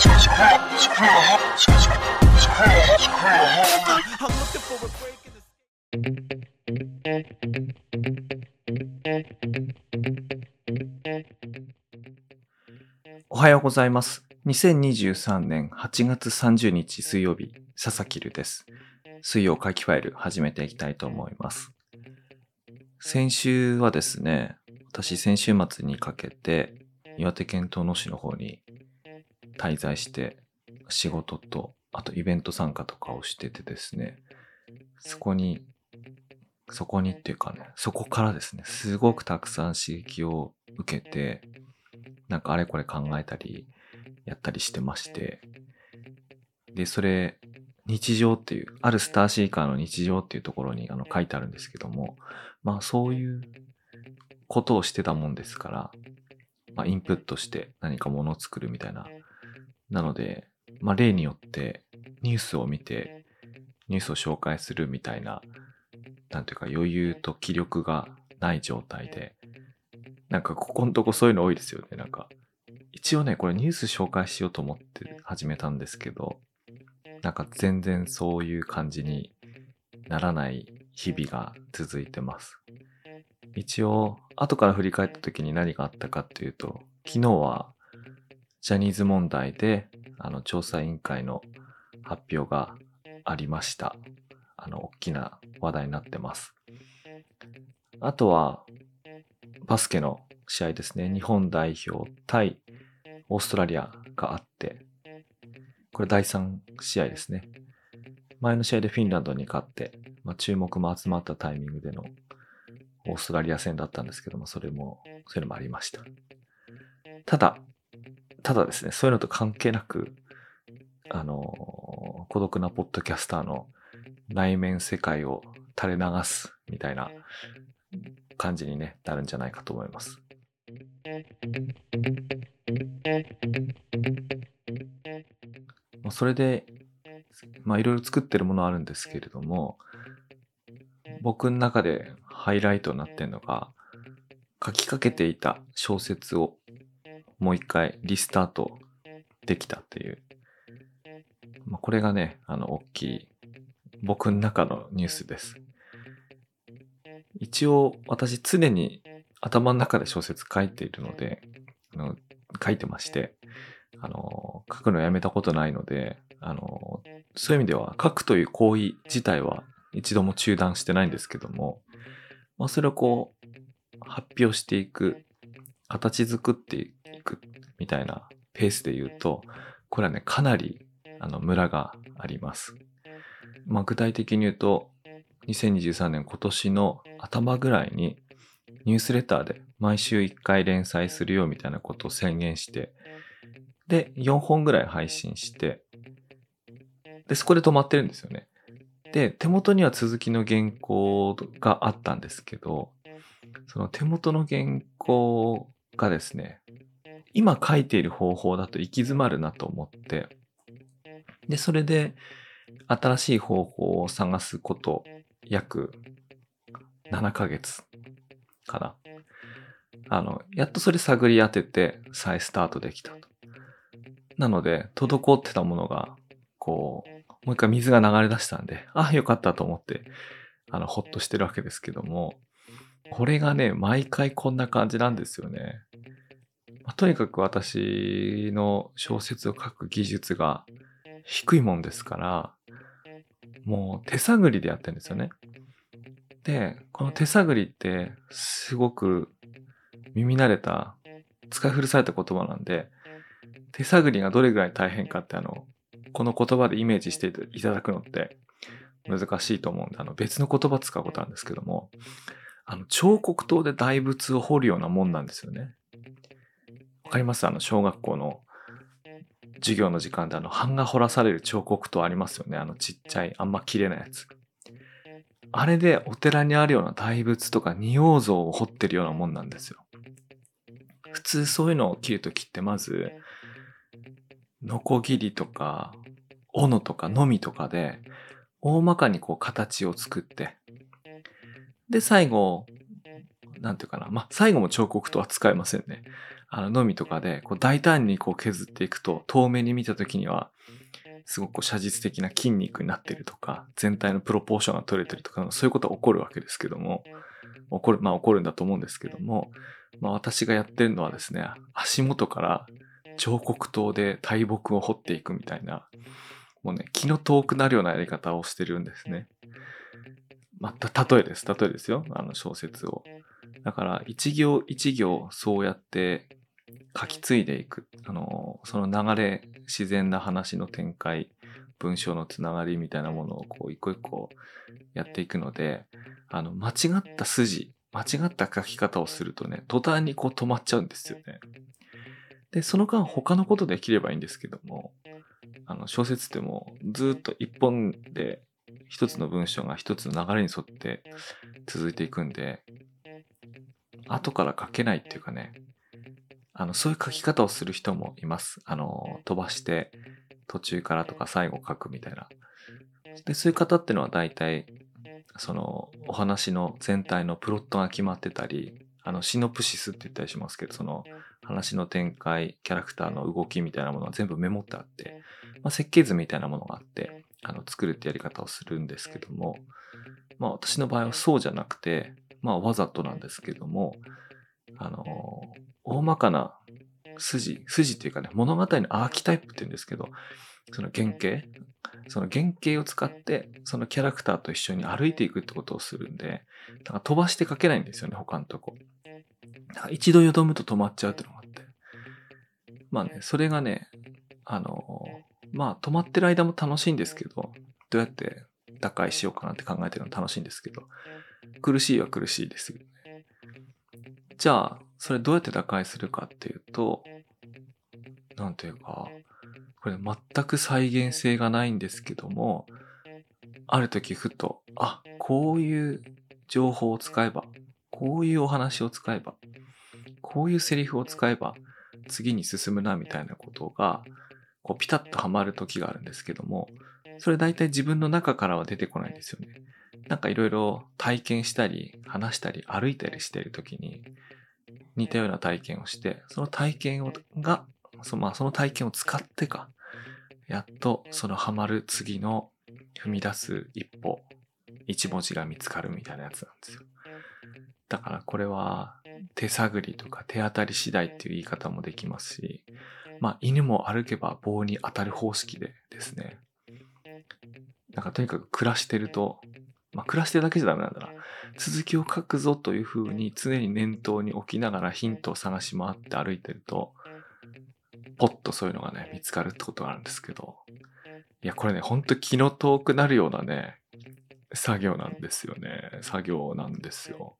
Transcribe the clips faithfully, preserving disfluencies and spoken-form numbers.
おはようございます。にせんにじゅうさんねんはちがつさんじゅうにち水曜日、佐々木留です。水曜会期ファイル始めていきたいと思います。先週はですね、私先週末にかけて岩手県遠野市の方に滞在して仕事とあとイベント参加とかをしててですね、そこにそこにっていうかね、そこからですね、すごくたくさん刺激を受けて、なんかあれこれ考えたりやったりしてまして、で、それ、日常っていう、あるスターシーカーの日常っていうところにあの書いてあるんですけども、まあそういうことをしてたもんですから、まあインプットして何かものを作るみたいな。なので、まあ例によってニュースを見て、ニュースを紹介するみたいな、なんていうか余裕と気力がない状態で、なんかここのとこそういうの多いですよね。なんか、一応ね、これニュース紹介しようと思って始めたんですけど、なんか全然そういう感じにならない日々が続いてます。一応、後から振り返った時に何があったかっていうと、昨日はジャニーズ問題で、あの、調査委員会の発表がありました。あの、大きな話題になってます。あとは、バスケの試合ですね。日本代表対オーストラリアがあって、これだいさん試合ですね。前の試合でフィンランドに勝って、まあ、注目も集まったタイミングでのオーストラリア戦だったんですけども、それも、そういうのもありました。ただ、ただですね、そういうのと関係なく、あのー、孤独なポッドキャスターの内面世界を垂れ流すみたいな感じに、ね、なるんじゃないかと思います。それで、まあいろいろ作ってるものあるんですけれども、僕の中でハイライトになってるのが、書きかけていた小説をもう一回リスタートできたっていう、まあ、これがね、あの大きい僕の中のニュースです。一応私常に頭の中で小説書いているので、あの書いてまして、あの書くのやめたことないので、あのそういう意味では書くという行為自体は一度も中断してないんですけども、まあ、それをこう発表していく、形作っていくみたいなペースで言うと、これはね、かなりあのムラがあります。まあ、具体的に言うと、にせんにじゅうさんねん今年の頭ぐらいにニュースレターで毎週いっかい連載するよみたいなことを宣言して、で、よんほんぐらい配信して、で、そこで止まってるんですよね。で、手元には続きの原稿があったんですけど、その手元の原稿がですね、今書いている方法だと行き詰まるなと思って、で、それで新しい方法を探すこと約ななかげつかな。あの、やっとそれ探り当てて再スタートできたと。なので、滞ってたものが、こう、もう一回水が流れ出したんで、あ、よかったと思って、あの、ほっとしてるわけですけども、これがね、毎回こんな感じなんですよね。まあ、とにかく私の小説を書く技術が低いもんですから、もう手探りでやってるんですよね。で、この手探りってすごく耳慣れた、使い古された言葉なんで、手探りがどれぐらい大変かってあの、この言葉でイメージしていただくのって難しいと思うんで、あの別の言葉使うことなんですけども、あの彫刻刀で大仏を彫るようなもんなんですよね。わかります？あの小学校の授業の時間であの版が彫らされる彫刻刀ありますよね。あのちっちゃいあんま綺麗なやつ。あれでお寺にあるような大仏とか仁王像を彫ってるようなもんなんですよ。普通そういうのを切るときってまずノコギリとか斧とかのみとかで大まかにこう形を作って、で最後なんていうかな、まあ、最後も彫刻刀は使えませんね。あの、のみとかで、こう大胆にこう削っていくと、遠目に見た時には、すごくこう写実的な筋肉になってるとか、全体のプロポーションが取れてるとか、そういうことは起こるわけですけども、起こる、まあ起こるんだと思うんですけども、まあ私がやってるのはですね、足元から彫刻刀で大木を彫っていくみたいな、もうね、気の遠くなるようなやり方をしてるんですね。まあ、た、例えです。例えですよ。あの小説を。だから、一行一行そうやって書き継いでいく。あの、その流れ、自然な話の展開、文章のつながりみたいなものをこう一個一個やっていくので、あの、間違った筋、間違った書き方をするとね、途端にこう止まっちゃうんですよね。で、その間他のことできればいいんですけども、あの、小説ってもうずっと一本で一つの文章が一つの流れに沿って続いていくんで、後から書けないっていうかね、あの、そういう書き方をする人もいます。あの、飛ばして途中からとか最後書くみたいな。で、そういう方ってのは大体、その、お話の全体のプロットが決まってたり、あの、シノプシスって言ったりしますけど、その、話の展開、キャラクターの動きみたいなものが全部メモってあって、まあ、設計図みたいなものがあって、あの、作るってやり方をするんですけども、まあ、私の場合はそうじゃなくて、まあ、わざとなんですけども、あの、大まかな筋、筋っていうかね、物語のアーキタイプって言うんですけど、その原型、その原型を使って、そのキャラクターと一緒に歩いていくってことをするんで、だから飛ばして書けないんですよね、他のとこ。だから一度よどむと止まっちゃうっていうのがあって。まあね、それがね、あの、まあ止まってる間も楽しいんですけど、どうやって打開しようかなって考えてるの楽しいんですけど、苦しいは苦しいですよね。じゃあ、それどうやって打開するかっていうと、なんていうか、これ全く再現性がないんですけども、ある時ふと、あ、こういう情報を使えば、こういうお話を使えば、こういうセリフを使えば、次に進むなみたいなことが、こうピタッとはまる時があるんですけども、それ大体自分の中からは出てこないんですよね。なんかいろいろ体験したり、話したり、歩いたりしている時に、似たような体験をして、その体験をが、そまあ、その体験を使ってか、やっとそのハマる次の踏み出す一歩、一文字が見つかるみたいなやつなんですよ。だからこれは手探りとか手当たり次第っていう言い方もできますし、まあ犬も歩けば棒に当たる方式でですね、なんかとにかく暮らしてると、まあ暮らしてるだけじゃダメなんだな。続きを書くぞというふうに常に念頭に置きながらヒントを探し回って歩いてると、ポッとそういうのがね、見つかるってことがあるんですけど、いや、これね、ほんと気の遠くなるようなね、作業なんですよね。作業なんですよ。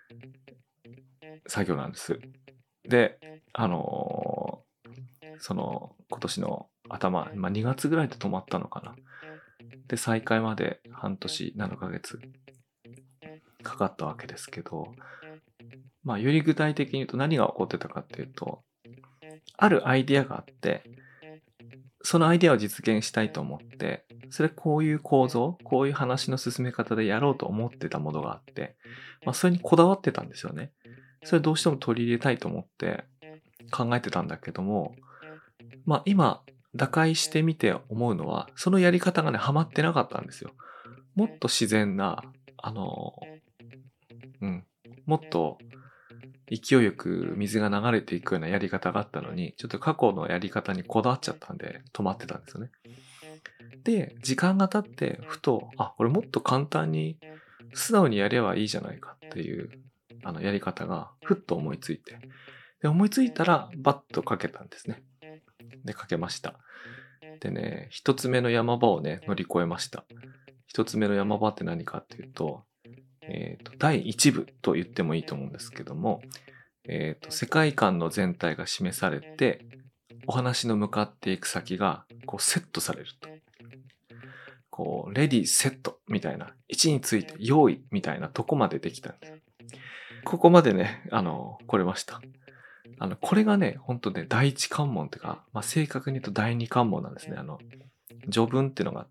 作業なんです。で、あのーその、今年の頭、まあ、にがつぐらいで止まったのかな。で、再開まで半年、ななかげつかかったわけですけど、まあ、より具体的に言うと何が起こってたかっていうと、あるアイディアがあって、そのアイデアを実現したいと思って、それこういう構造、こういう話の進め方でやろうと思ってたものがあって、まあそれにこだわってたんですよね。それどうしても取り入れたいと思って考えてたんだけども、まあ今、打開してみて思うのは、そのやり方がね、ハマってなかったんですよ。もっと自然な、あの、うん、もっと勢いよく水が流れていくようなやり方があったのに、ちょっと過去のやり方にこだわっちゃったんで止まってたんですよね。で、時間が経って、ふと、あ、これもっと簡単に素直にやればいいじゃないかっていう、あの、やり方が、ふっと思いついて。で、思いついたら、バッとかけたんですね。で、かけました。でね、一つ目の山場をね、乗り越えました。一つ目の山場って何かっていうと、えっと、だいいち部と言ってもいいと思うんですけども、えっと、世界観の全体が示されて、お話の向かっていく先が、こう、セットされると。こう、レディーセットみたいな、位置について用意みたいなとこまでできたんです。ここまでね、あの、来れました。あの、これがね、ほんとね、第一関門っていうか、まあ、正確に言うと第二関門なんですね。あの、序文っていうのがあって、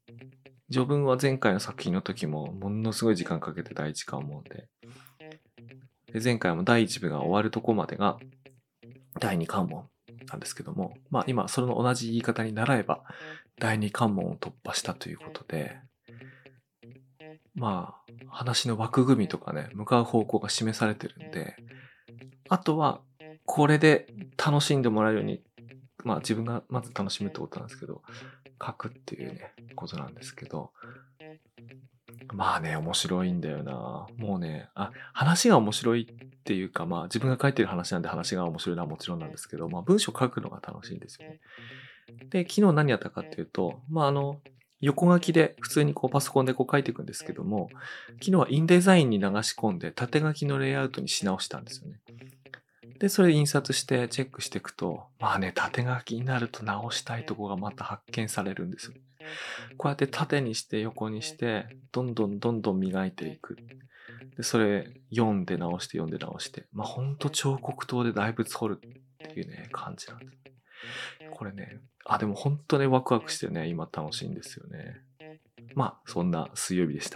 序文は前回の作品の時もものすごい時間かけて第一関門で、 で前回もだいいち部が終わるとこまでがだいに関門なんですけども、まあ今それの同じ言い方に習えばだいに関門を突破したということで、まあ話の枠組みとかね、向かう方向が示されてるんで、あとはこれで楽しんでもらえるように、まあ自分がまず楽しむってことなんですけど、書くっていうね、ことなんですけど、まあね、面白いんだよな。もうね、あ、話が面白いっていうか、まあ自分が書いてる話なんで話が面白いのはもちろんなんですけど、まあ文章書くのが楽しいんですよね。で、昨日何やったかっていうと、まああの、横書きで普通にこうパソコンでこう書いていくんですけども、昨日はインデザインに流し込んで縦書きのレイアウトにし直したんですよね。で、それ印刷してチェックしていくと、まあね、縦書きになると直したいとこがまた発見されるんですよ。こうやって縦にして横にして、どんどんどんどん磨いていく。で、それ読んで直して読んで直して。まあほんと彫刻刀で大仏掘るっていうね、感じなんです。これね、あ、でも本当ね、ワクワクしてね、今楽しいんですよね。まあ、そんな水曜日でした。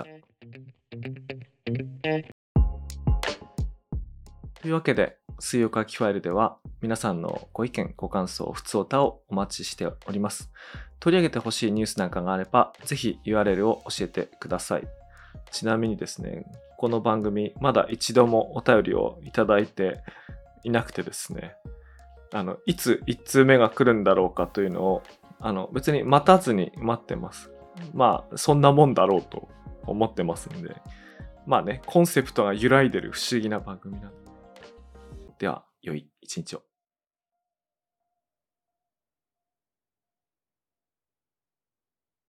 というわけで、水曜書きファイルでは皆さんのご意見、ご感想、ふつおたをお待ちしております。取り上げてほしいニュースなんかがあれば、ぜひ ユーアールエル を教えてください。ちなみにですね、この番組、まだ一度もお便りをいただいていなくてですね、あの、いついち通目が来るんだろうかというのを、あの、別に待たずに待ってます。まあ、そんなもんだろうと思ってますんで、まあね、コンセプトが揺らいでる不思議な番組なんで。では、良い一日を。